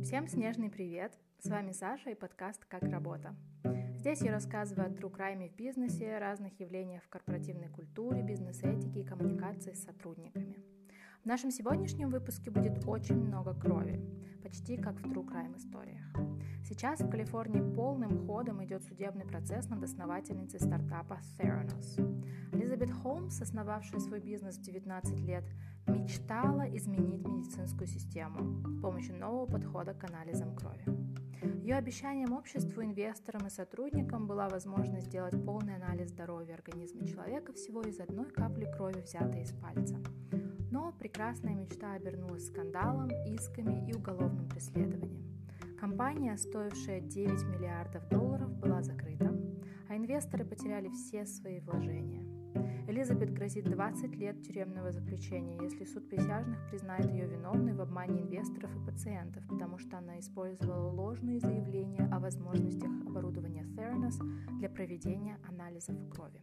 Всем снежный привет! С вами Саша и подкаст «Как работа». Здесь я рассказываю о true crime в бизнесе, разных явлениях в корпоративной культуре, бизнес-этике и коммуникации с сотрудниками. В нашем сегодняшнем выпуске будет очень много крови, почти как в true crime историях. Сейчас в Калифорнии полным ходом идет судебный процесс над основательницей стартапа Theranos. Элизабет Холмс, основавшая свой бизнес в 19 лет, мечтала изменить медицинскую систему с помощью нового подхода к анализам крови. Ее обещанием обществу, инвесторам и сотрудникам была возможность сделать полный анализ здоровья организма человека всего из одной капли крови, взятой из пальца. Но прекрасная мечта обернулась скандалом, исками и уголовным преследованием. Компания, стоившая $9 миллиардов, была закрыта, а инвесторы потеряли все свои вложения. Элизабет грозит 20 лет тюремного заключения, если суд присяжных признает ее виновной в обмане инвесторов и пациентов, потому что она использовала ложные заявления о возможностях оборудования Theranos для проведения анализов крови.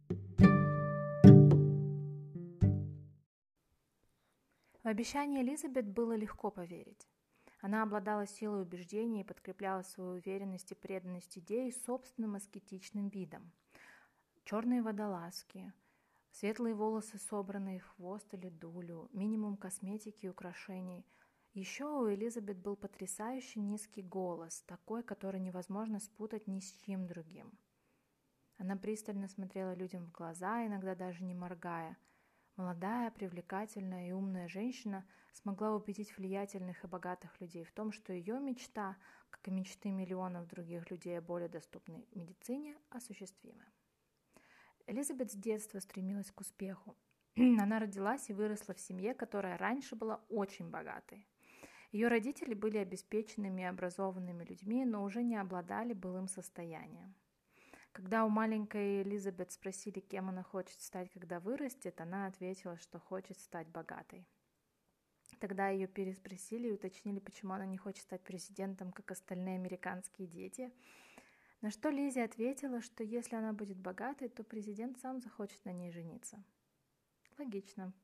В обещание Элизабет было легко поверить. Она обладала силой убеждений и подкрепляла свою уверенность и преданность идее собственным аскетичным видом. Черные водолазки, светлые волосы, собранные в хвост или дулю, минимум косметики и украшений. Еще у Элизабет был потрясающе низкий голос, такой, который невозможно спутать ни с чем другим. Она пристально смотрела людям в глаза, иногда даже не моргая. Молодая, привлекательная и умная женщина смогла убедить влиятельных и богатых людей в том, что ее мечта, как и мечты миллионов других людей о более доступной медицине, осуществима. Элизабет с детства стремилась к успеху. Она родилась и выросла в семье, которая раньше была очень богатой. Ее родители были обеспеченными и образованными людьми, но уже не обладали былым состоянием. Когда у маленькой Элизабет спросили, кем она хочет стать, когда вырастет, она ответила, что хочет стать богатой. Тогда ее переспросили и уточнили, почему она не хочет стать президентом, как остальные американские дети. На что Лиззи ответила, что если она будет богатой, то президент сам захочет на ней жениться. Логично.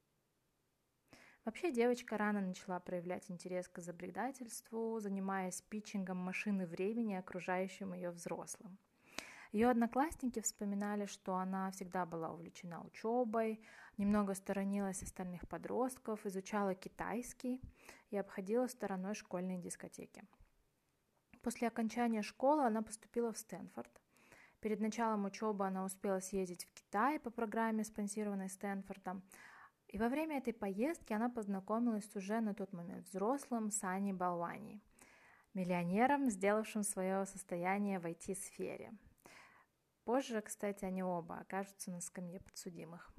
Вообще девочка рано начала проявлять интерес к изобретательству, занимаясь питчингом машины времени окружающим ее взрослым. Ее одноклассники вспоминали, что она всегда была увлечена учебой, немного сторонилась остальных подростков, изучала китайский и обходила стороной школьные дискотеки. После окончания школы она поступила в Стэнфорд. Перед началом учебы она успела съездить в Китай по программе, спонсированной Стэнфордом. И во время этой поездки она познакомилась с уже на тот момент взрослым Сани Балвани, миллионером, сделавшим свое состояние в IT-сфере. Позже, кстати, они оба окажутся на скамье подсудимых.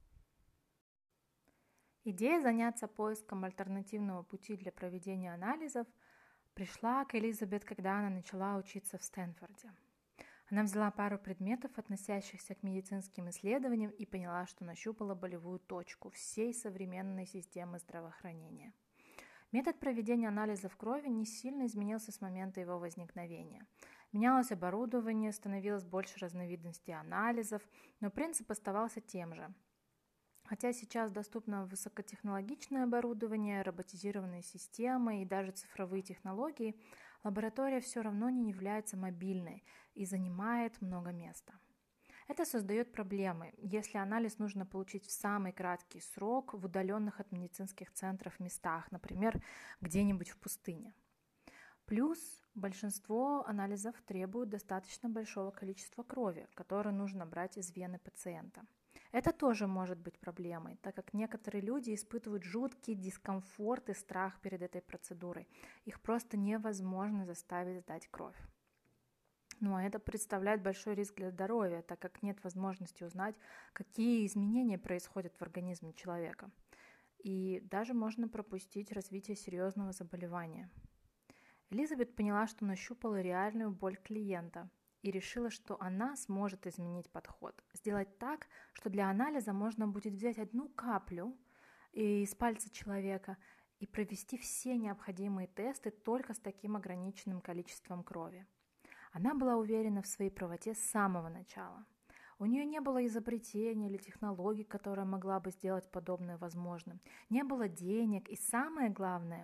Идея заняться поиском альтернативного пути для проведения анализов пришла к Элизабет, когда она начала учиться в Стэнфорде. Она взяла пару предметов, относящихся к медицинским исследованиям, и поняла, что нащупала болевую точку всей современной системы здравоохранения. Метод проведения анализов крови не сильно изменился с момента его возникновения. Менялось оборудование, становилось больше разновидностей анализов, но принцип оставался тем же. Хотя сейчас доступно высокотехнологичное оборудование, роботизированные системы и даже цифровые технологии, лаборатория все равно не является мобильной и занимает много места. Это создает проблемы, если анализ нужно получить в самый краткий срок в удаленных от медицинских центров местах, например, где-нибудь в пустыне. Плюс большинство анализов требуют достаточно большого количества крови, которое нужно брать из вены пациента. Это тоже может быть проблемой, так как некоторые люди испытывают жуткий дискомфорт и страх перед этой процедурой. Их просто невозможно заставить сдать кровь. Ну а это представляет большой риск для здоровья, так как нет возможности узнать, какие изменения происходят в организме человека. И даже можно пропустить развитие серьезного заболевания. Элизабет поняла, что нащупала реальную боль клиента и решила, что она сможет изменить подход, сделать так, что для анализа можно будет взять одну каплю из пальца человека и провести все необходимые тесты только с таким ограниченным количеством крови. Она была уверена в своей правоте с самого начала. У нее не было изобретения или технологий, которая могла бы сделать подобное возможным. Не было денег и, самое главное,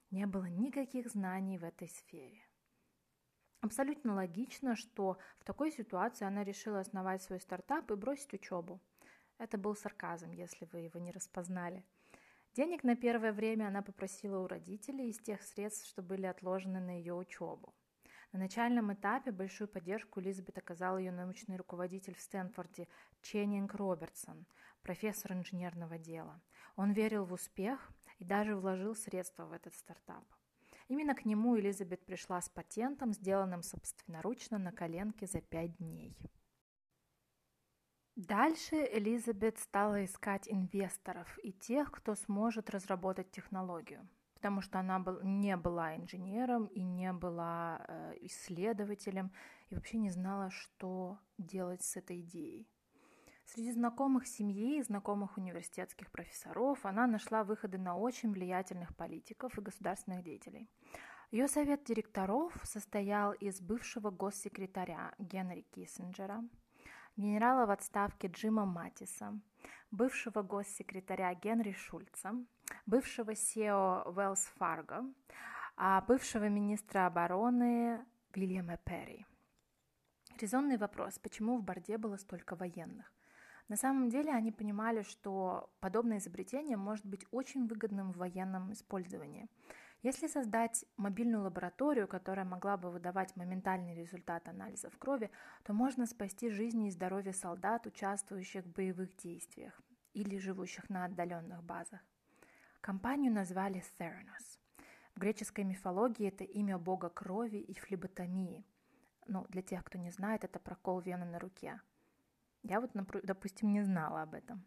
не было никаких знаний в этой сфере. Абсолютно логично, что в такой ситуации она решила основать свой стартап и бросить учебу. Это был сарказм, если вы его не распознали. Денег на первое время она попросила у родителей из тех средств, что были отложены на ее учебу. На начальном этапе большую поддержку Элизабет оказал ее научный руководитель в Стэнфорде Ченнинг Робертсон, профессор инженерного дела. Он верил в успех и даже вложил средства в этот стартап. Именно к нему Элизабет пришла с патентом, сделанным собственноручно на коленке за 5 дней. Дальше Элизабет стала искать инвесторов и тех, кто сможет разработать технологию, потому что она не была инженером и не была исследователем и вообще не знала, что делать с этой идеей. Среди знакомых семьи и знакомых университетских профессоров она нашла выходы на очень влиятельных политиков и государственных деятелей. Ее совет директоров состоял из бывшего госсекретаря Генри Киссинджера, генерала в отставке Джима Матиса, бывшего госсекретаря Генри Шульца, бывшего SEO Wells Fargo, бывшего министра обороны Вильяма Перри. Резонный вопрос, почему в борде было столько военных? На самом деле они понимали, что подобное изобретение может быть очень выгодным в военном использовании. Если создать мобильную лабораторию, которая могла бы выдавать моментальный результат анализов крови, то можно спасти жизни и здоровье солдат, участвующих в боевых действиях или живущих на отдаленных базах. Компанию назвали Theranos. В греческой мифологии это имя бога крови и флеботомии. Для тех, кто не знает, это прокол вены на руке. Я допустим, не знала об этом.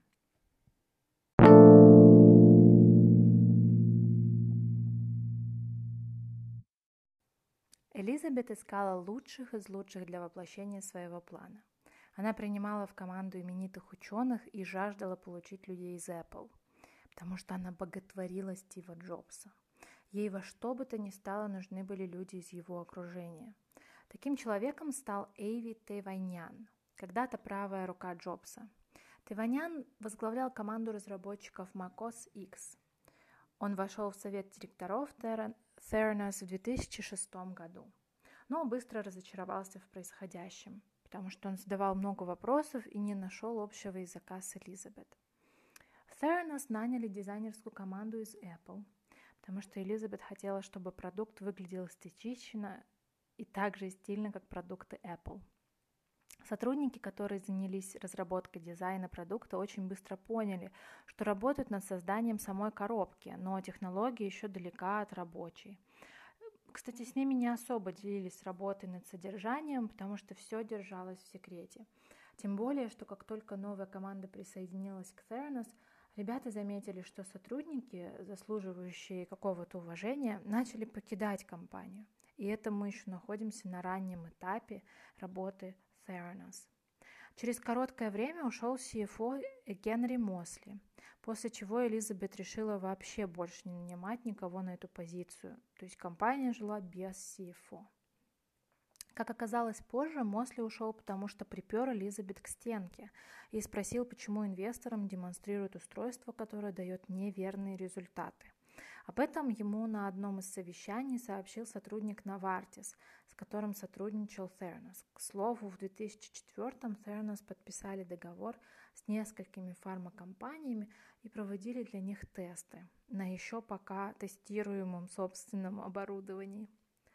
Элизабет искала лучших из лучших для воплощения своего плана. Она принимала в команду именитых ученых и жаждала получить людей из Apple, потому что она боготворила Стива Джобса. Ей во что бы то ни стало нужны были люди из его окружения. Таким человеком стал Эйви Тейваньян, когда-то правая рука Джобса. Тейваньян возглавлял команду разработчиков macOS X. Он вошел в совет директоров Theranos в 2006 году, но быстро разочаровался в происходящем, потому что он задавал много вопросов и не нашел общего языка с Элизабет. Theranos наняли дизайнерскую команду из Apple, потому что Элизабет хотела, чтобы продукт выглядел эстетично и так же стильно, как продукты Apple. Сотрудники, которые занялись разработкой дизайна продукта, очень быстро поняли, что работают над созданием самой коробки, но технология еще далека от рабочей. Кстати, с ними не особо делились работой над содержанием, потому что все держалось в секрете. Тем более, что как только новая команда присоединилась к Theranos, ребята заметили, что сотрудники, заслуживающие какого-то уважения, начали покидать компанию. И это мы еще находимся на раннем этапе работы Theranos. Через короткое время ушел CFO Генри Мосли, после чего Элизабет решила вообще больше не нанимать никого на эту позицию, то есть компания жила без CFO. Как оказалось позже, Мосли ушел, потому что припер Элизабет к стенке и спросил, почему инвесторам демонстрируют устройство, которое дает неверные результаты. Об этом ему на одном из совещаний сообщил сотрудник Novartis, с которым сотрудничал Theranos. К слову, в 2004-м Theranos подписали договор с несколькими фармакомпаниями и проводили для них тесты на еще пока тестируемом собственном оборудовании.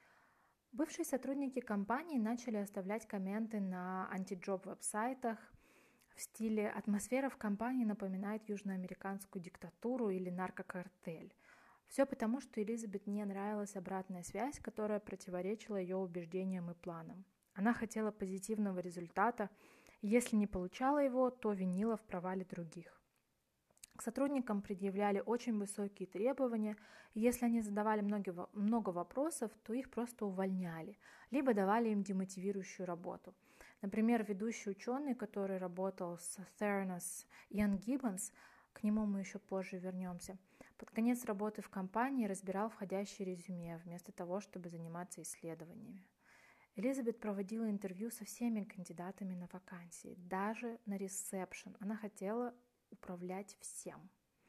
Бывшие сотрудники компании начали оставлять комменты на антиджоб веб-сайтах в стиле «Атмосфера в компании напоминает южноамериканскую диктатуру или наркокартель». Все потому, что Элизабет не нравилась обратная связь, которая противоречила ее убеждениям и планам. Она хотела позитивного результата, и если не получала его, то винила в провале других. К сотрудникам предъявляли очень высокие требования, и если они задавали много вопросов, то их просто увольняли, либо давали им демотивирующую работу. Например, ведущий ученый, который работал с Theranos, Иэн Гиббонс, к нему мы еще позже вернемся, под конец работы в компании разбирал входящие резюме, вместо того, чтобы заниматься исследованиями. Элизабет проводила интервью со всеми кандидатами на вакансии, даже на ресепшн. Она хотела управлять всем.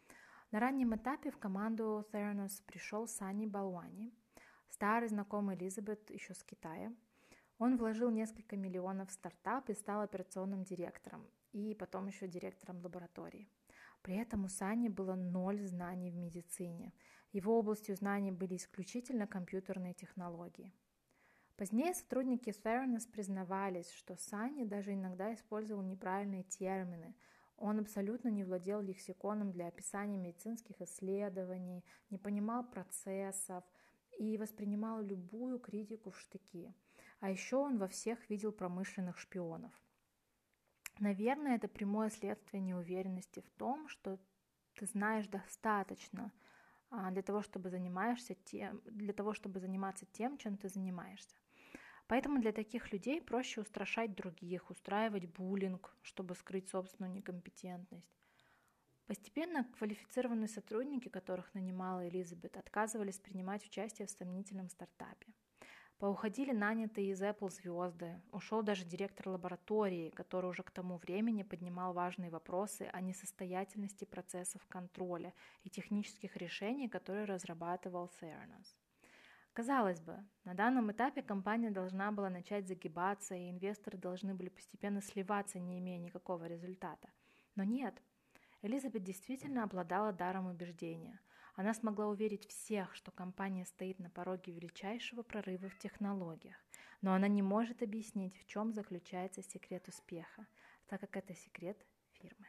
На раннем этапе в команду Theranos пришел Санни Балвани, старый знакомый Элизабет еще с Китая. Он вложил несколько миллионов в стартап и стал операционным директором, и потом еще директором лаборатории. При этом у Санни было 0 знаний в медицине. Его областью знаний были исключительно компьютерные технологии. Позднее сотрудники Theranos признавались, что Санни даже иногда использовал неправильные термины. Он абсолютно не владел лексиконом для описания медицинских исследований, не понимал процессов и воспринимал любую критику в штыки. А еще он во всех видел промышленных шпионов. Наверное, это прямое следствие неуверенности в том, что ты знаешь достаточно для того, чтобы заниматься тем, чем ты занимаешься. Поэтому для таких людей проще устрашать других, устраивать буллинг, чтобы скрыть собственную некомпетентность. Постепенно квалифицированные сотрудники, которых нанимала Элизабет, отказывались принимать участие в сомнительном стартапе. Поуходили нанятые из Apple звезды, ушел даже директор лаборатории, который уже к тому времени поднимал важные вопросы о несостоятельности процессов контроля и технических решений, которые разрабатывал Theranos. Казалось бы, на данном этапе компания должна была начать загибаться, и инвесторы должны были постепенно сливаться, не имея никакого результата. Но нет. Элизабет действительно обладала даром убеждения. Она смогла уверить всех, что компания стоит на пороге величайшего прорыва в технологиях. Но она не может объяснить, в чем заключается секрет успеха, так как это секрет фирмы.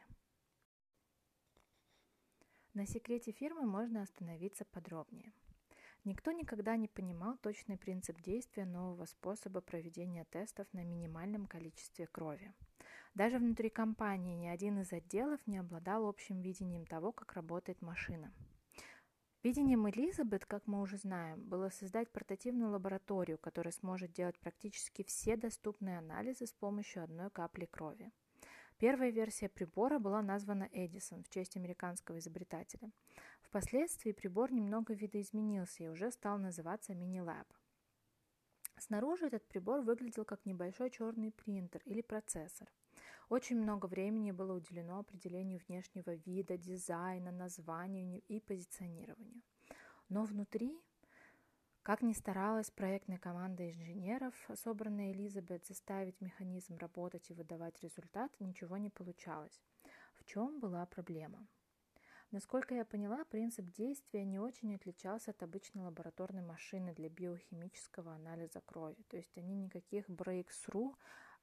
На секрете фирмы можно остановиться подробнее. Никто никогда не понимал точный принцип действия нового способа проведения тестов на минимальном количестве крови. Даже внутри компании ни один из отделов не обладал общим видением того, как работает машина. Видением Элизабет, как мы уже знаем, было создать портативную лабораторию, которая сможет делать практически все доступные анализы с помощью одной капли крови. Первая версия прибора была названа Эдисон в честь американского изобретателя. Впоследствии прибор немного видоизменился и уже стал называться Minilab. Снаружи этот прибор выглядел как небольшой черный принтер или процессор. Очень много времени было уделено определению внешнего вида, дизайна, названию и позиционированию. Но внутри, как ни старалась проектная команда инженеров, собранная Элизабет, заставить механизм работать и выдавать результат, ничего не получалось. В чем была проблема? Насколько я поняла, принцип действия не очень отличался от обычной лабораторной машины для биохимического анализа крови. То есть они никаких breakthrough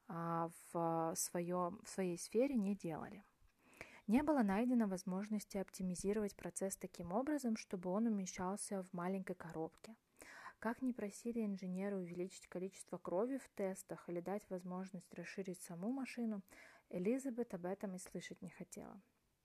в своей сфере не делали. Не было найдено возможности оптимизировать процесс таким образом, чтобы он умещался в маленькой коробке. Как ни просили инженеры увеличить количество крови в тестах или дать возможность расширить саму машину, Элизабет об этом и слышать не хотела.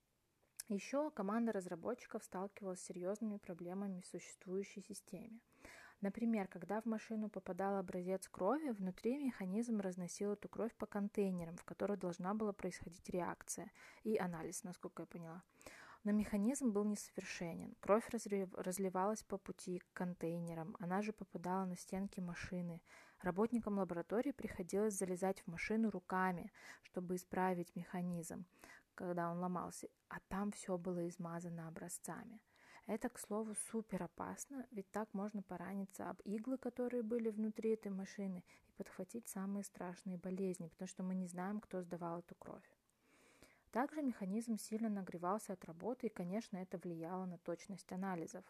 Еще команда разработчиков сталкивалась с серьезными проблемами в существующей системе. Например, когда в машину попадал образец крови, внутри механизм разносил эту кровь по контейнерам, в которых должна была происходить реакция и анализ, насколько я поняла. Но механизм был несовершенен. Кровь разливалась по пути к контейнерам, она же попадала на стенки машины. Работникам лаборатории приходилось залезать в машину руками, чтобы исправить механизм, когда он ломался, а там все было измазано образцами. Это, к слову, супер опасно, ведь так можно пораниться об иглы, которые были внутри этой машины, и подхватить самые страшные болезни, потому что мы не знаем, кто сдавал эту кровь. Также механизм сильно нагревался от работы, и, конечно, это влияло на точность анализов.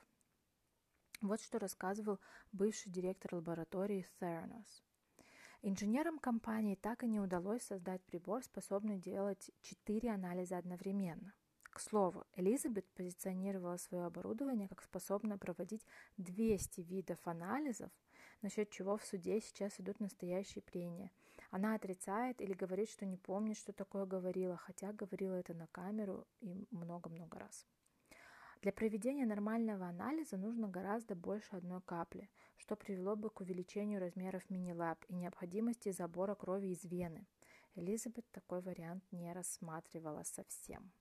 Вот что рассказывал бывший директор лаборатории Theranos. Инженерам компании так и не удалось создать прибор, способный делать 4 анализа одновременно. К слову, Элизабет позиционировала свое оборудование как способное проводить 200 видов анализов, насчет чего в суде сейчас идут настоящие прения. Она отрицает или говорит, что не помнит, что такое говорила, хотя говорила это на камеру и много-много раз. Для проведения нормального анализа нужно гораздо больше одной капли, что привело бы к увеличению размеров Minilab и необходимости забора крови из вены. Элизабет такой вариант не рассматривала совсем.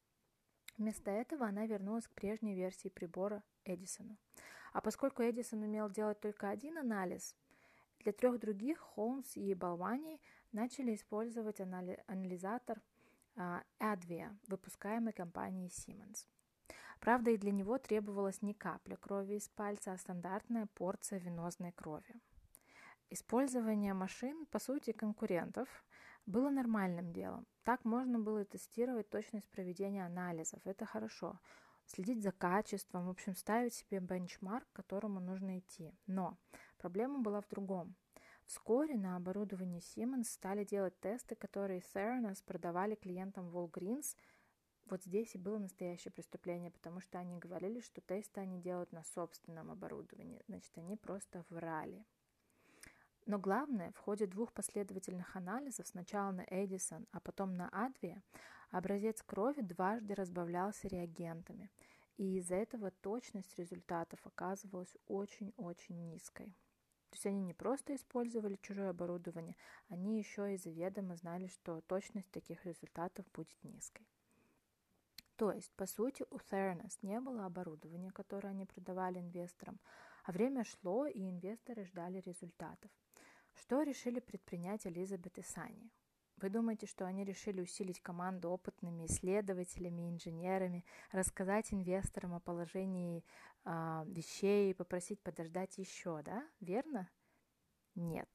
Вместо этого она вернулась к прежней версии прибора Эдисону. А поскольку Эдисон умел делать только один анализ, для 3 других Холмс и Балвани начали использовать анализатор Advia, выпускаемый компанией Siemens. Правда, и для него требовалась не капля крови из пальца, а стандартная порция венозной крови. Использование машин, по сути, конкурентов, было нормальным делом. Так можно было тестировать точность проведения анализов. Это хорошо. Следить за качеством, в общем, ставить себе бенчмарк, к которому нужно идти. Но проблема была в другом. Вскоре на оборудовании Siemens стали делать тесты, которые Theranos продавали клиентам Walgreens. Вот здесь и было настоящее преступление, потому что они говорили, что тесты они делают на собственном оборудовании. Значит, они просто врали. Но главное, в ходе двух последовательных анализов, сначала на Эдисон, а потом на Адвия, образец крови дважды разбавлялся реагентами, и из-за этого точность результатов оказывалась очень-очень низкой. То есть они не просто использовали чужое оборудование, они еще и заведомо знали, что точность таких результатов будет низкой. То есть, по сути, у Theranos не было оборудования, которое они продавали инвесторам, а время шло, и инвесторы ждали результатов. Что решили предпринять Элизабет и Санни? Вы думаете, что они решили усилить команду опытными исследователями, инженерами, рассказать инвесторам о положении вещей, попросить подождать еще, да? Верно? Нет.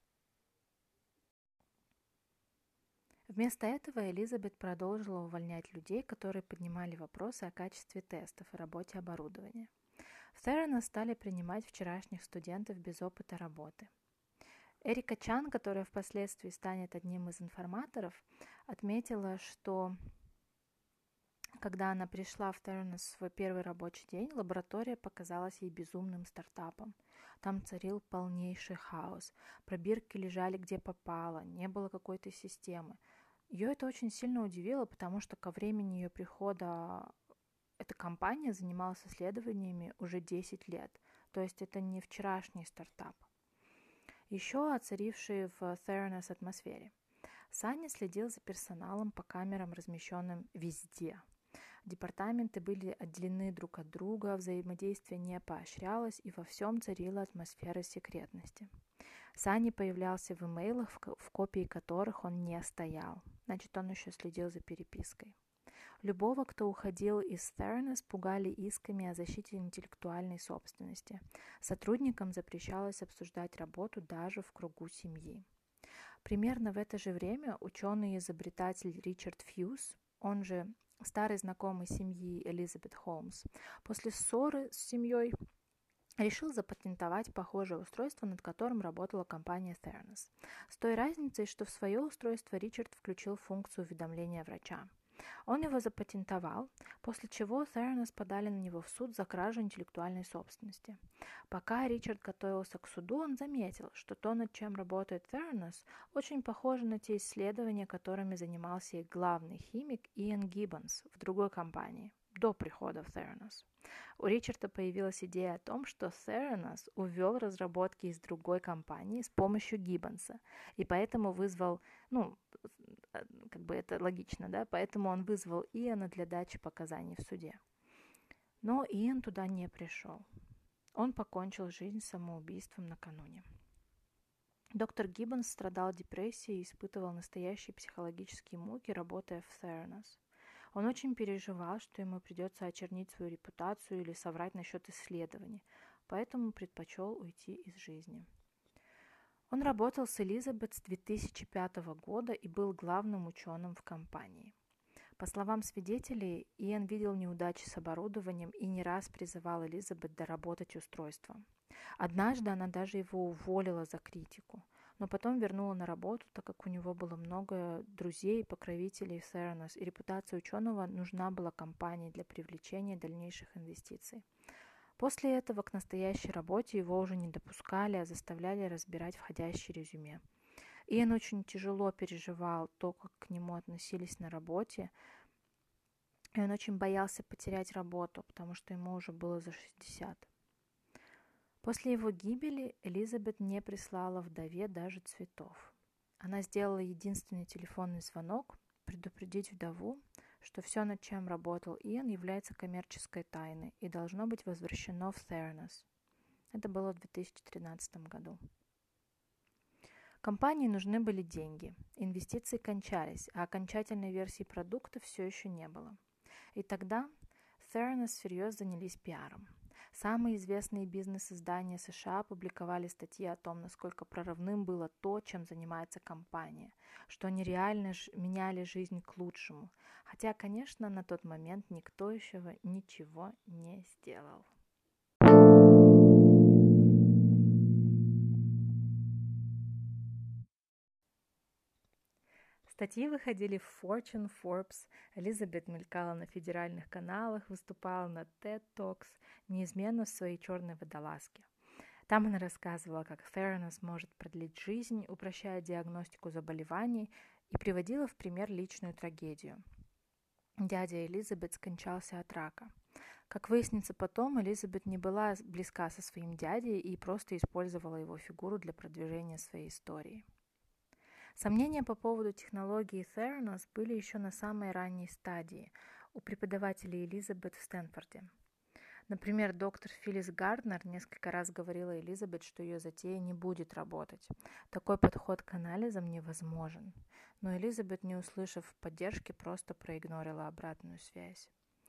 Вместо этого Элизабет продолжила увольнять людей, которые поднимали вопросы о качестве тестов и работе оборудования. В Theranos стали принимать вчерашних студентов без опыта работы. Эрика Чан, которая впоследствии станет одним из информаторов, отметила, что когда она пришла в Theranos в свой первый рабочий день, лаборатория показалась ей безумным стартапом. Там царил полнейший хаос. Пробирки лежали где попало, не было какой-то системы. Ее это очень сильно удивило, потому что ко времени ее прихода эта компания занималась исследованиями уже 10 лет. То есть это не вчерашний стартап. Еще о царившей в Theranos атмосфере. Санни следил за персоналом по камерам, размещенным везде. Департаменты были отделены друг от друга, взаимодействие не поощрялось, и во всем царила атмосфера секретности. Санни появлялся в имейлах, в копии которых он не стоял. Значит, он еще следил за перепиской. Любого, кто уходил из Theranos, пугали исками о защите интеллектуальной собственности. Сотрудникам запрещалось обсуждать работу даже в кругу семьи. Примерно в это же время ученый и изобретатель Ричард Фьюз, он же старый знакомый семьи Элизабет Холмс, после ссоры с семьей решил запатентовать похожее устройство, над которым работала компания Theranos. С той разницей, что в свое устройство Ричард включил функцию уведомления врача. Он его запатентовал, после чего Theranos подали на него в суд за кражу интеллектуальной собственности. Пока Ричард готовился к суду, он заметил, что то, над чем работает Theranos, очень похоже на те исследования, которыми занимался их главный химик Иэн Гиббонс в другой компании, до прихода в Theranos. У Ричарда появилась идея о том, что Theranos увел разработки из другой компании с помощью Гиббонса, и поэтому вызвал, как бы это логично, да, поэтому он вызвал Иэна для дачи показаний в суде. Но Иэн туда не пришел. Он покончил жизнь самоубийством накануне. Доктор Гиббонс страдал депрессией и испытывал настоящие психологические муки, работая в Theranos. Он очень переживал, что ему придется очернить свою репутацию или соврать насчет исследований, поэтому предпочел уйти из жизни. Он работал с Элизабет с 2005 года и был главным ученым в компании. По словам свидетелей, Иэн видел неудачи с оборудованием и не раз призывал Элизабет доработать устройство. Однажды она даже его уволила за критику, но потом вернула на работу, так как у него было много друзей и покровителей в Theranos, и репутация ученого нужна была компании для привлечения дальнейших инвестиций. После этого к настоящей работе его уже не допускали, а заставляли разбирать входящее резюме. Иэн очень тяжело переживал то, как к нему относились на работе, и он очень боялся потерять работу, потому что ему уже было за 60. После его гибели Элизабет не прислала вдове даже цветов. Она сделала единственный телефонный звонок, предупредить вдову, что все, над чем работал Иэн, является коммерческой тайной и должно быть возвращено в Theranos. Это было в 2013 году. Компании нужны были деньги, инвестиции кончались, а окончательной версии продукта все еще не было. И тогда Theranos всерьез занялись пиаром. Самые известные бизнес-издания США опубликовали статьи о том, насколько прорывным было то, чем занимается компания, что они реально меняли жизнь к лучшему. Хотя, конечно, на тот момент никто еще ничего не сделал. Статьи выходили в Fortune, Forbes, Элизабет мелькала на федеральных каналах, выступала на TED Talks, неизменно в своей черной водолазке. Там она рассказывала, как Theranos может продлить жизнь, упрощая диагностику заболеваний, и приводила в пример личную трагедию. Дядя Элизабет скончался от рака. Как выяснится потом, Элизабет не была близка со своим дядей и просто использовала его фигуру для продвижения своей истории. Сомнения по поводу технологии Theranos были еще на самой ранней стадии у преподавателей Элизабет в Стэнфорде. Например, доктор Филлис Гарднер несколько раз говорила Элизабет, что ее затея не будет работать. Такой подход к анализам невозможен. Но Элизабет, не услышав поддержки, просто проигнорила обратную связь.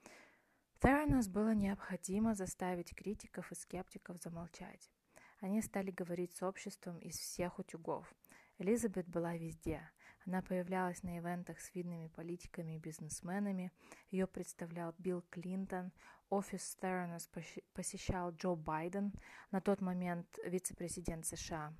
Theranos было необходимо заставить критиков и скептиков замолчать. Они стали говорить с обществом из всех утюгов. Элизабет была везде. Она появлялась на ивентах с видными политиками и бизнесменами. Ее представлял Билл Клинтон. Офис Theranos посещал Джо Байден, на тот момент вице-президент США.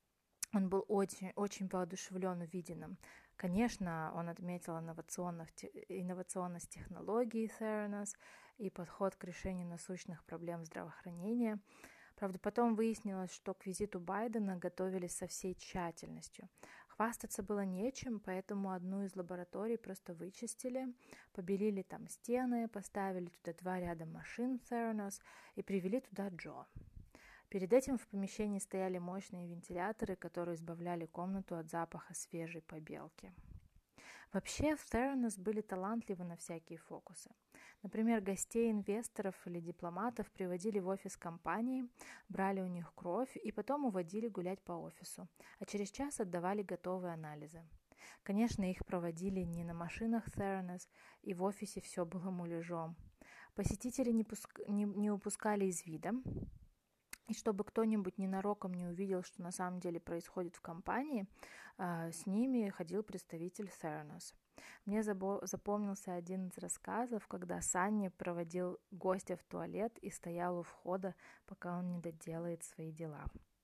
Он был очень воодушевлен увиденным. Конечно, он отметил инновационность технологий Theranos и подход к решению насущных проблем здравоохранения. Правда, потом выяснилось, что к визиту Байдена готовились со всей тщательностью. Хвастаться было нечем, поэтому одну из лабораторий просто вычистили, побелили там стены, поставили туда 2 ряда машин Theranos и привели туда Джо. Перед этим в помещении стояли мощные вентиляторы, которые избавляли комнату от запаха свежей побелки. Вообще, в Theranos были талантливы на всякие фокусы. Например, гостей инвесторов или дипломатов приводили в офис компании, брали у них кровь и потом уводили гулять по офису, а через час отдавали готовые анализы. Конечно, их проводили не на машинах Theranos, и в офисе все было муляжом. Посетители не упускали из вида, и чтобы кто-нибудь ненароком не увидел, что на самом деле происходит в компании, с ними ходил представитель Theranos. Мне запомнился один из рассказов, когда Санни проводил гостя в туалет и стоял у входа, пока он не доделает свои дела.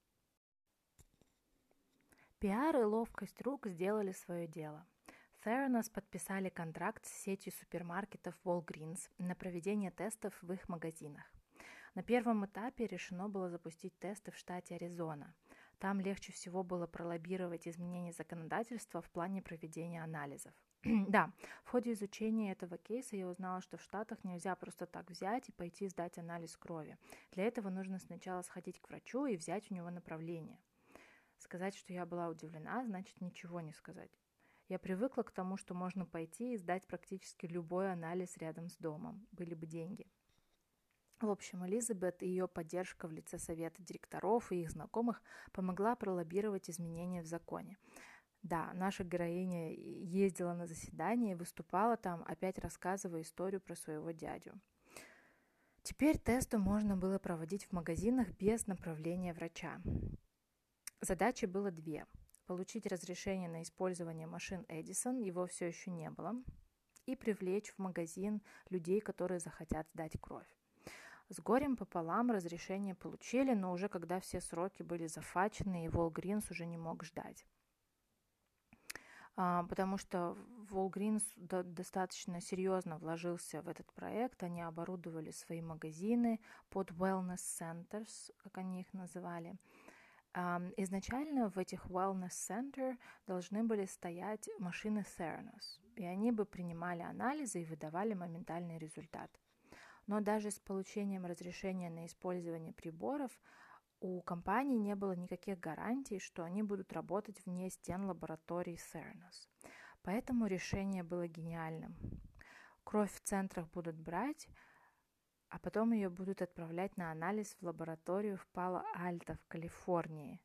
Пиар и ловкость рук сделали свое дело. Theranos подписали контракт с сетью супермаркетов Walgreens на проведение тестов в их магазинах. На первом этапе решено было запустить тесты в штате Аризона. Там легче всего было пролоббировать изменения законодательства в плане проведения анализов. Да, в ходе изучения этого кейса я узнала, что в Штатах нельзя просто так взять и пойти сдать анализ крови. Для этого нужно сначала сходить к врачу и взять у него направление. Сказать, что я была удивлена, значит ничего не сказать. Я привыкла к тому, что можно пойти и сдать практически любой анализ рядом с домом, были бы деньги. В общем, Элизабет и ее поддержка в лице совета директоров и их знакомых помогла пролоббировать изменения в законе. Да, наша героиня ездила на заседание и выступала там, опять рассказывая историю про своего дядю. Теперь тесты можно было проводить в магазинах без направления врача. Задачи было 2. Получить разрешение на использование машин Эдисон, его все еще не было, и привлечь в магазин людей, которые захотят сдать кровь. С горем пополам разрешение получили, но уже когда все сроки были зафачены, и Walgreens уже не мог ждать. Потому что Walgreens достаточно серьезно вложился в этот проект. Они оборудовали свои магазины под wellness centers, как они их называли. Изначально в этих wellness center должны были стоять машины Theranos, и они бы принимали анализы и выдавали моментальный результат. Но даже с получением разрешения на использование приборов у компании не было никаких гарантий, что они будут работать вне стен лабораторий Theranos. Поэтому решение было гениальным. Кровь в центрах будут брать, а потом ее будут отправлять на анализ в лабораторию в Пало-Альто в Калифорнии.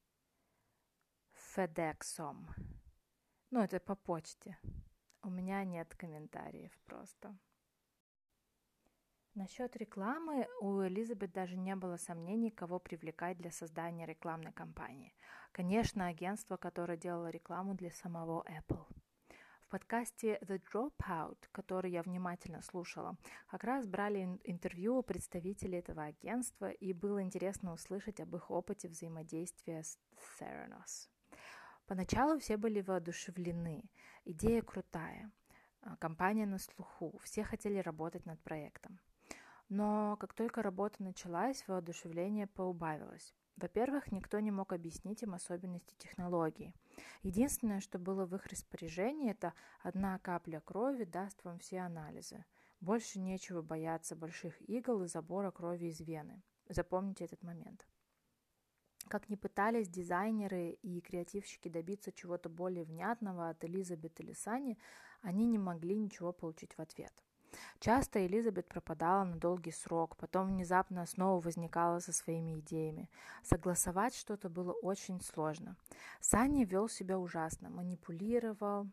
FedExом. Это по почте. У меня нет комментариев просто. Насчет рекламы у Элизабет даже не было сомнений, кого привлекать для создания рекламной кампании. Конечно, агентство, которое делало рекламу для самого Apple. В подкасте The Dropout, который я внимательно слушала, как раз брали интервью у представителей этого агентства, и было интересно услышать об их опыте взаимодействия с Theranos. Поначалу все были воодушевлены, идея крутая, компания на слуху, все хотели работать над проектом. Но как только работа началась, воодушевление поубавилось. Во-первых, никто не мог объяснить им особенности технологии. Единственное, что было в их распоряжении, это одна капля крови даст вам все анализы. Больше нечего бояться больших игл и забора крови из вены. Запомните этот момент. Как ни пытались дизайнеры и креативщики добиться чего-то более внятного от Элизабет или Сани, они не могли ничего получить в ответ. Часто Элизабет пропадала на долгий срок, потом внезапно снова возникала со своими идеями. Согласовать что-то было очень сложно. Санни вел себя ужасно, манипулировал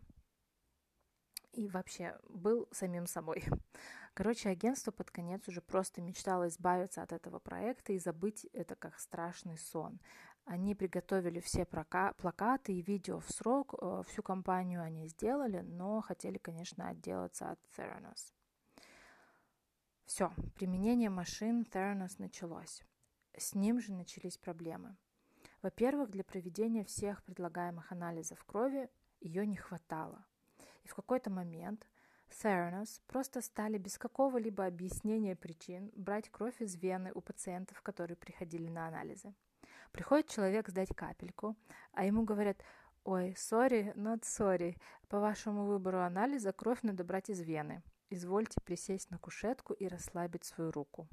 и вообще был самим собой. Короче, агентство под конец уже просто мечтало избавиться от этого проекта и забыть это как страшный сон. Они приготовили все плакаты и видео в срок, всю кампанию они сделали, но хотели, конечно, отделаться от Theranos. Все, применение машин Theranos началось. С ним же начались проблемы. Во-первых, для проведения всех предлагаемых анализов крови ее не хватало. И в какой-то момент Theranos просто стали без какого-либо объяснения причин брать кровь из вены у пациентов, которые приходили на анализы. Приходит человек сдать капельку, а ему говорят: «Ой, sorry, not sorry, по вашему выбору анализа кровь надо брать из вены. Извольте присесть на кушетку и расслабить свою руку».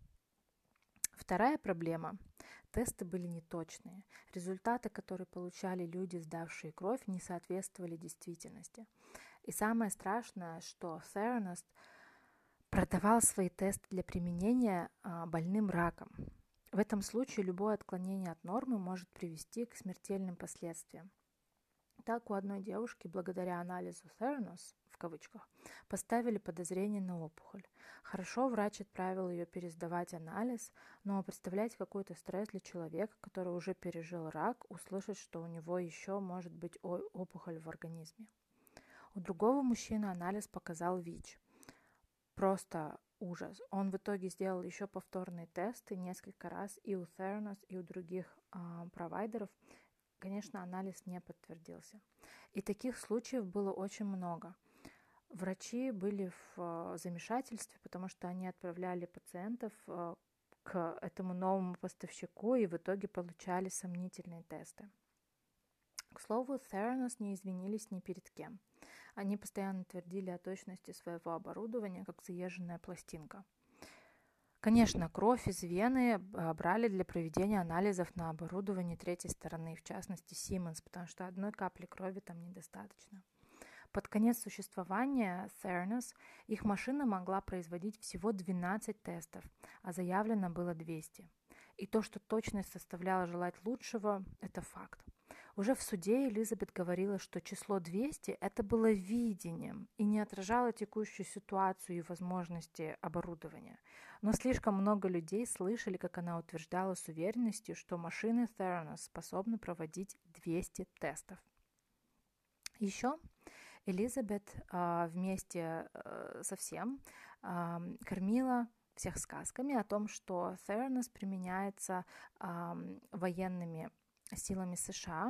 Вторая проблема. Тесты были неточные. Результаты, которые получали люди, сдавшие кровь, не соответствовали действительности. И самое страшное, что Theranos продавал свои тесты для применения больным раком. В этом случае любое отклонение от нормы может привести к смертельным последствиям. Так, у одной девушки, благодаря анализу Theranos, в кавычках, поставили подозрение на опухоль. Хорошо, врач отправил ее пересдавать анализ, но представляете, какой-то стресс для человека, который уже пережил рак, услышать, что у него еще может быть опухоль в организме. У другого мужчины анализ показал ВИЧ. Просто ужас. Он в итоге сделал еще повторные тесты несколько раз и у Theranos, и у других провайдеров. Конечно, анализ не подтвердился. И таких случаев было очень много. Врачи были в замешательстве, потому что они отправляли пациентов к этому новому поставщику и в итоге получали сомнительные тесты. К слову, Theranos не извинились ни перед кем. Они постоянно твердили о точности своего оборудования, как заезженная пластинка. Конечно, кровь из вены брали для проведения анализов на оборудовании третьей стороны, в частности Siemens, потому что одной капли крови там недостаточно. Под конец существования Theranos их машина могла производить всего 12 тестов, а заявлено было 200. И то, что точность составляла желать лучшего, это факт. Уже в суде Элизабет говорила, что число 200 – это было видением и не отражало текущую ситуацию и возможности оборудования. Но слишком много людей слышали, как она утверждала с уверенностью, что машины Theranos способны проводить 200 тестов. Еще Элизабет вместе со всем кормила всех сказками о том, что Theranos применяется военными силами США,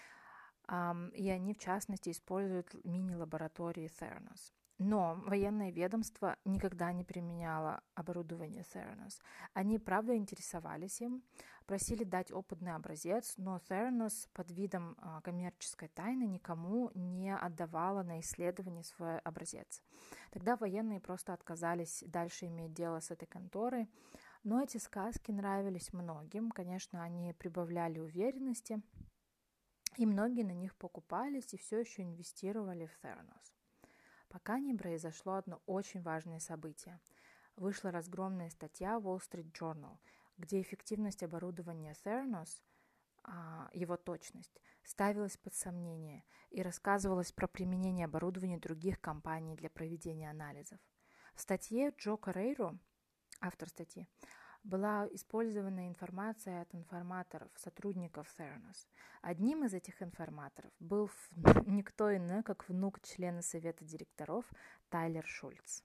и они, в частности, используют мини-лаборатории Theranos. Но военное ведомство никогда не применяло оборудование Theranos. Они, правда, интересовались им, просили дать опытный образец, но Theranos под видом коммерческой тайны никому не отдавала на исследование свой образец. Тогда военные просто отказались дальше иметь дело с этой конторой. Но эти сказки нравились многим. Конечно, они прибавляли уверенности, и многие на них покупались и все еще инвестировали в Theranos. Пока не произошло одно очень важное событие. Вышла разгромная статья Wall Street Journal, где эффективность оборудования Theranos, его точность, ставилась под сомнение и рассказывалось про применение оборудования других компаний для проведения анализов. В статье Джо Корейро, автор статьи, была использована информация от информаторов, сотрудников Theranos. Одним из этих информаторов был никто иной, как внук члена совета директоров Тайлер Шульц.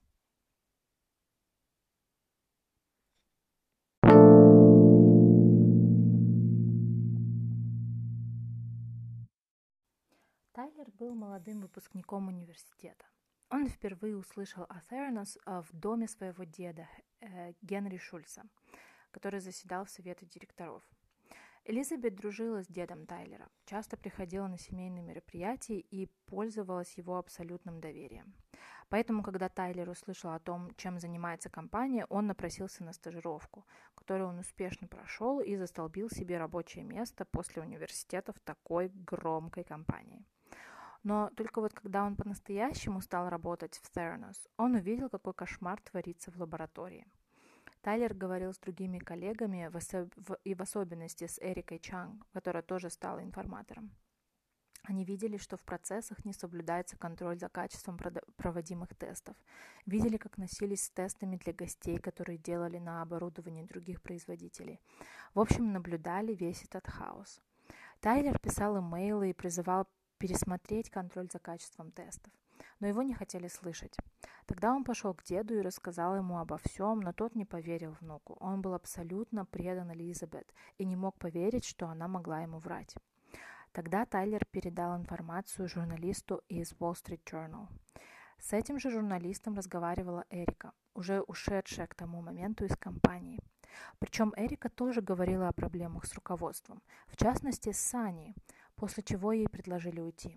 Тайлер был молодым выпускником университета. Он впервые услышал о Theranos в доме своего деда Генри Шульца, который заседал в совете директоров. Элизабет дружила с дедом Тайлера, часто приходила на семейные мероприятия и пользовалась его абсолютным доверием. Поэтому, когда Тайлер услышал о том, чем занимается компания, он напросился на стажировку, которую он успешно прошел и застолбил себе рабочее место после университета в такой громкой компании. Но только вот когда он по-настоящему стал работать в Theranos, он увидел, какой кошмар творится в лаборатории. Тайлер говорил с другими коллегами, и в особенности с Эрикой Чанг, которая тоже стала информатором. Они видели, что в процессах не соблюдается контроль за качеством проводимых тестов. Видели, как носились с тестами для гостей, которые делали на оборудовании других производителей. В общем, наблюдали весь этот хаос. Тайлер писал имейлы и призывал пересмотреть контроль за качеством тестов, но его не хотели слышать. Тогда он пошел к деду и рассказал ему обо всем, но тот не поверил внуку. Он был абсолютно предан Элизабет и не мог поверить, что она могла ему врать. Тогда Тайлер передал информацию журналисту из Wall Street Journal. С этим же журналистом разговаривала Эрика, уже ушедшая к тому моменту из компании. Причем Эрика тоже говорила о проблемах с руководством, в частности с Саней, после чего ей предложили уйти.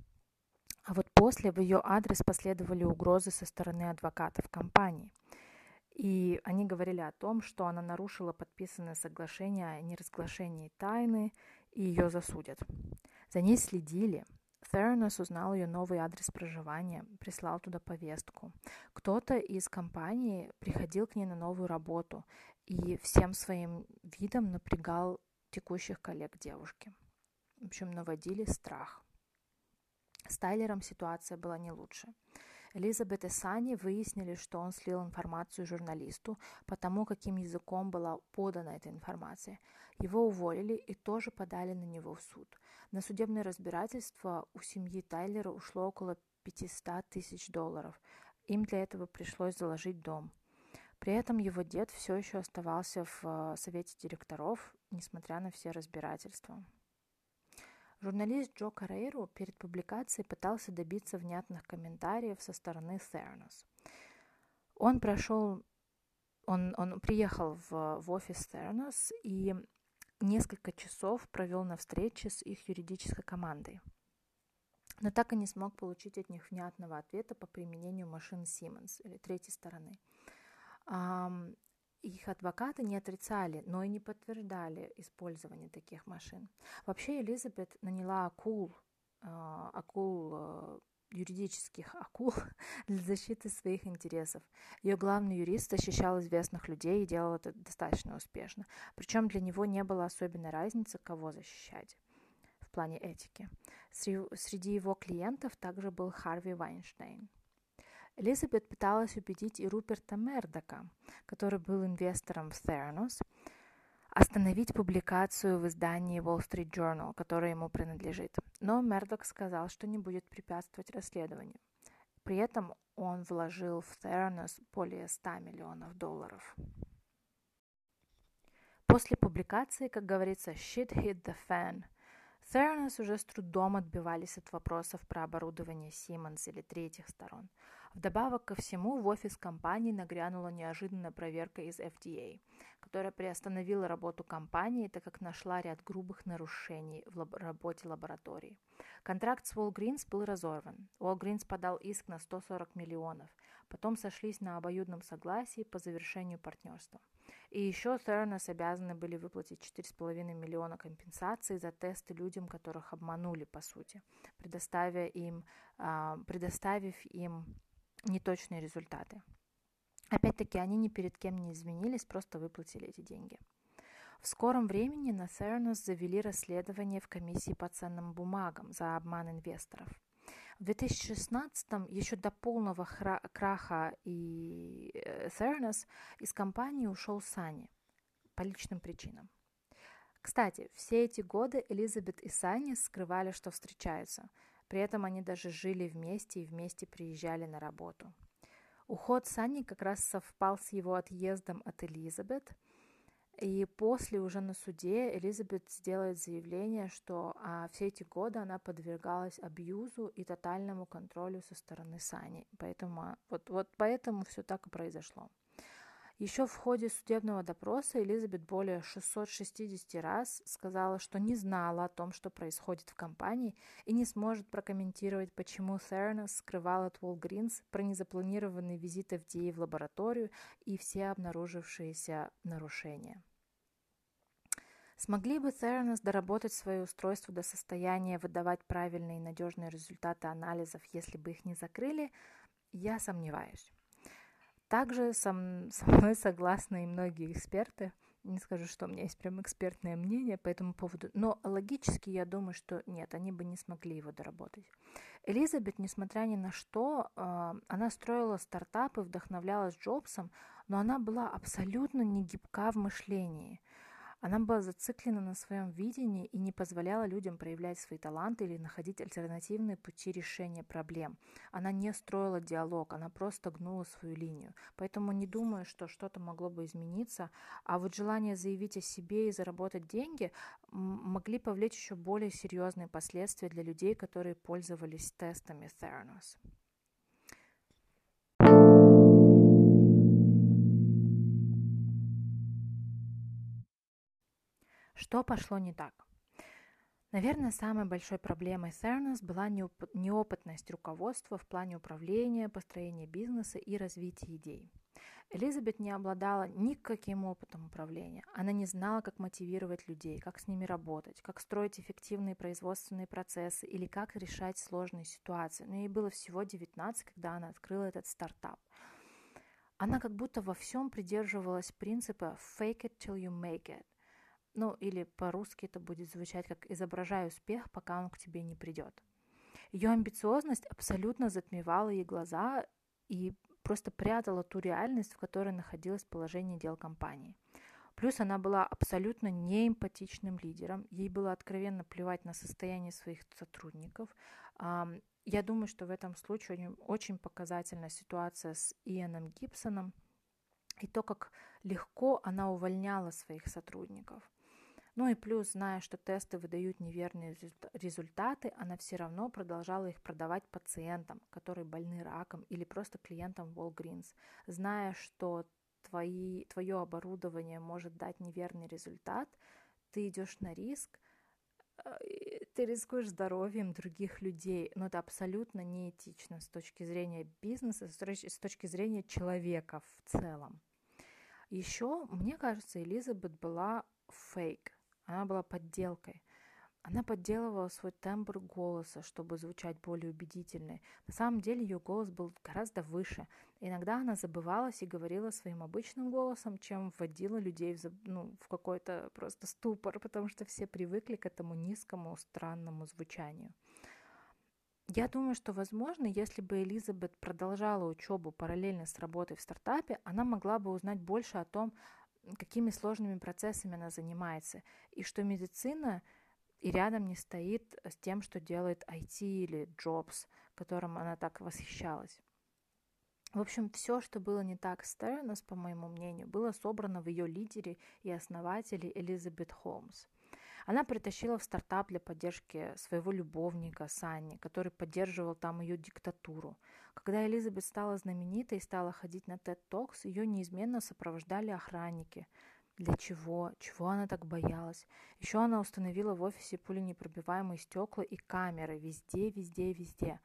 А вот после в ее адрес последовали угрозы со стороны адвокатов компании. И они говорили о том, что она нарушила подписанное соглашение о неразглашении тайны, и ее засудят. За ней следили. Theranos узнал ее новый адрес проживания, прислал туда повестку. Кто-то из компании приходил к ней на новую работу и всем своим видом напрягал текущих коллег девушки. В общем, наводили страх. С Тайлером ситуация была не лучше. Элизабет и Санни выяснили, что он слил информацию журналисту по тому, каким языком была подана эта информация. Его уволили и тоже подали на него в суд. На судебное разбирательство у семьи Тайлера ушло около $500 тысяч. Им для этого пришлось заложить дом. При этом его дед все еще оставался в совете директоров, несмотря на все разбирательства. Журналист Джо Карейру перед публикацией пытался добиться внятных комментариев со стороны Theranos. Он приехал в офис Theranos и несколько часов провел на встрече с их юридической командой. Но так и не смог получить от них внятного ответа по применению машин Siemens или третьей стороны. Их адвокаты не отрицали, но и не подтверждали использование таких машин. Вообще Элизабет наняла юридических акул для защиты своих интересов. Ее главный юрист защищал известных людей и делал это достаточно успешно. Причем для него не было особенной разницы, кого защищать в плане этики. Среди его клиентов также был Харви Вайнштейн. Элизабет пыталась убедить и Руперта Мердока, который был инвестором в Theranos, остановить публикацию в издании Wall Street Journal, которое ему принадлежит. Но Мердок сказал, что не будет препятствовать расследованию. При этом он вложил в Theranos более $100 миллионов. После публикации, как говорится, shit hit the fan. Theranos уже с трудом отбивались от вопросов про оборудование Siemens или третьих сторон. Вдобавок ко всему, в офис компании нагрянула неожиданная проверка из FDA, которая приостановила работу компании, так как нашла ряд грубых нарушений в работе лаборатории. Контракт с Walgreens был разорван. Walgreens подал иск на 140 миллионов. Потом сошлись на обоюдном согласии по завершению партнерства. И еще Theranos обязаны были выплатить 4,5 миллиона компенсаций за тесты людям, которых обманули, по сути, предоставив им неточные результаты. Опять-таки, они ни перед кем не извинились, просто выплатили эти деньги. В скором времени на Theranos завели расследование в комиссии по ценным бумагам за обман инвесторов. В 2016-м, еще до полного краха и Theranos, из компании ушел Санни по личным причинам. Кстати, все эти годы Элизабет и Санни скрывали, что встречаются. При этом они даже жили вместе и вместе приезжали на работу. Уход Санни как раз совпал с его отъездом от Элизабет. И после уже на суде Элизабет сделает заявление, что все эти годы она подвергалась абьюзу и тотальному контролю со стороны Санни. Поэтому, вот поэтому все так и произошло. Еще в ходе судебного допроса Элизабет более 660 раз сказала, что не знала о том, что происходит в компании, и не сможет прокомментировать, почему Theranos скрывал от Walgreens про незапланированные визиты FDA в лабораторию и все обнаружившиеся нарушения. Смогли бы Theranos доработать свое устройство до состояния выдавать правильные и надежные результаты анализов, если бы их не закрыли? Я сомневаюсь. Также со мной согласны и многие эксперты. Не скажу, что у меня есть прям экспертное мнение по этому поводу, но логически я думаю, что нет, они бы не смогли его доработать. Элизабет, несмотря ни на что, она строила стартапы, вдохновлялась Джобсом, но она была абсолютно не гибка в мышлении. Она была зациклена на своем видении и не позволяла людям проявлять свои таланты или находить альтернативные пути решения проблем. Она не строила диалог, она просто гнула свою линию. Поэтому не думаю, что что-то могло бы измениться. А вот желание заявить о себе и заработать деньги могли повлечь еще более серьезные последствия для людей, которые пользовались тестами Theranos. Что пошло не так? Наверное, самой большой проблемой Theranos была неопытность руководства в плане управления, построения бизнеса и развития идей. Элизабет не обладала никаким опытом управления. Она не знала, как мотивировать людей, как с ними работать, как строить эффективные производственные процессы или как решать сложные ситуации. Но ей было всего 19, когда она открыла этот стартап. Она как будто во всем придерживалась принципа «fake it till you make it». Ну, или по-русски это будет звучать как «изображай успех, пока он к тебе не придет». Ее амбициозность абсолютно затмевала ей глаза и просто прятала ту реальность, в которой находилось положение дел компании. Плюс она была абсолютно неэмпатичным лидером, ей было откровенно плевать на состояние своих сотрудников. Я думаю, что в этом случае очень показательна ситуация с Ианом Гибсоном и то, как легко она увольняла своих сотрудников. Ну и плюс, зная, что тесты выдают неверные результаты, она все равно продолжала их продавать пациентам, которые больны раком, или просто клиентам Walgreens, зная, что твое оборудование может дать неверный результат, ты идешь на риск, ты рискуешь здоровьем других людей, но это абсолютно неэтично с точки зрения бизнеса, с точки зрения человека в целом. Еще, мне кажется, Элизабет была фейк. Она была подделкой. Она подделывала свой тембр голоса, чтобы звучать более убедительной. На самом деле ее голос был гораздо выше. Иногда она забывалась и говорила своим обычным голосом, чем вводила людей в какой-то просто ступор, потому что все привыкли к этому низкому, странному звучанию. Я думаю, что, возможно, если бы Элизабет продолжала учебу параллельно с работой в стартапе, она могла бы узнать больше о том, какими сложными процессами она занимается, и что медицина и рядом не стоит с тем, что делает IT или Jobs, которым она так восхищалась. В общем, все, что было не так с Theranos, по моему мнению, было собрано в ее лидере и основателе Элизабет Холмс. Она притащила в стартап для поддержки своего любовника Санни, который поддерживал там ее диктатуру. Когда Элизабет стала знаменитой и стала ходить на TED Talks, ее неизменно сопровождали охранники. Для чего? Чего она так боялась? Еще она установила в офисе пуленепробиваемые стекла и камеры везде, везде, везде.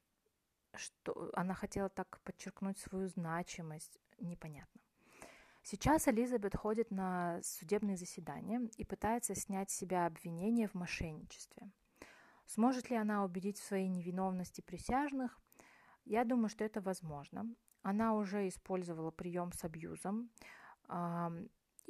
Что она хотела так подчеркнуть свою значимость, непонятно. Сейчас Элизабет ходит на судебные заседания и пытается снять с себя обвинения в мошенничестве. Сможет ли она убедить в своей невиновности присяжных? Я думаю, что это возможно. Она уже использовала прием с абьюзом.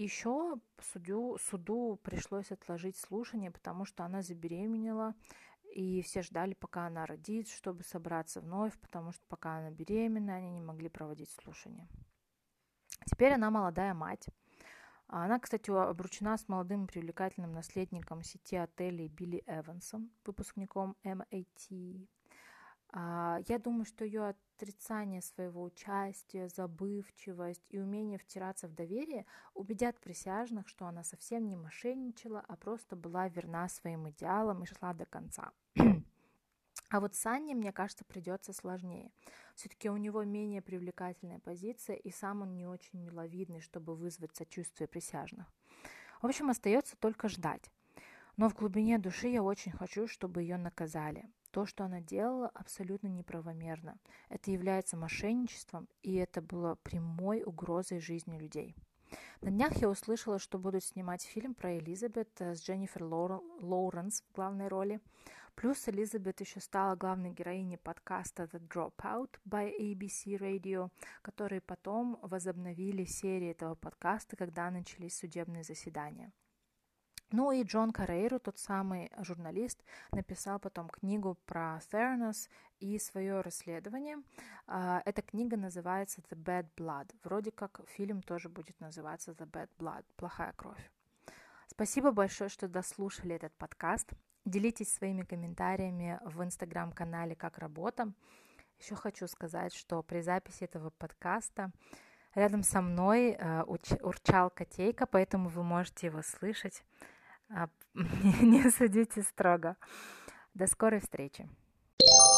Еще суду пришлось отложить слушание, потому что она забеременела, и все ждали, пока она родит, чтобы собраться вновь, потому что пока она беременна, они не могли проводить слушания. Теперь она молодая мать. Она, кстати, обручена с молодым привлекательным наследником сети отелей Билли Эвансом, выпускником MIT. Я думаю, что ее отрицание своего участия, забывчивость и умение втираться в доверие убедят присяжных, что она совсем не мошенничала, а просто была верна своим идеалам и шла до конца. А вот Санне, мне кажется, придется сложнее. Все-таки у него менее привлекательная позиция, и сам он не очень миловидный, чтобы вызвать сочувствие присяжных. В общем, остается только ждать. Но в глубине души я очень хочу, чтобы ее наказали. То, что она делала, абсолютно неправомерно. Это является мошенничеством, и это было прямой угрозой жизни людей. На днях я услышала, что будут снимать фильм про Элизабет с Дженнифер Лоуренс в главной роли. Плюс Элизабет еще стала главной героиней подкаста The Dropout by ABC Radio, которые потом возобновили серии этого подкаста, когда начались судебные заседания. Ну и Джон Карейру, тот самый журналист, написал потом книгу про Theranos и свое расследование. Эта книга называется The Bad Blood. Вроде как фильм тоже будет называться The Bad Blood, плохая кровь. Спасибо большое, что дослушали этот подкаст. Делитесь своими комментариями в инстаграм-канале «Как работа». Еще хочу сказать, что при записи этого подкаста рядом со мной урчал котейка, поэтому вы можете его слышать. Не судите строго. До скорой встречи.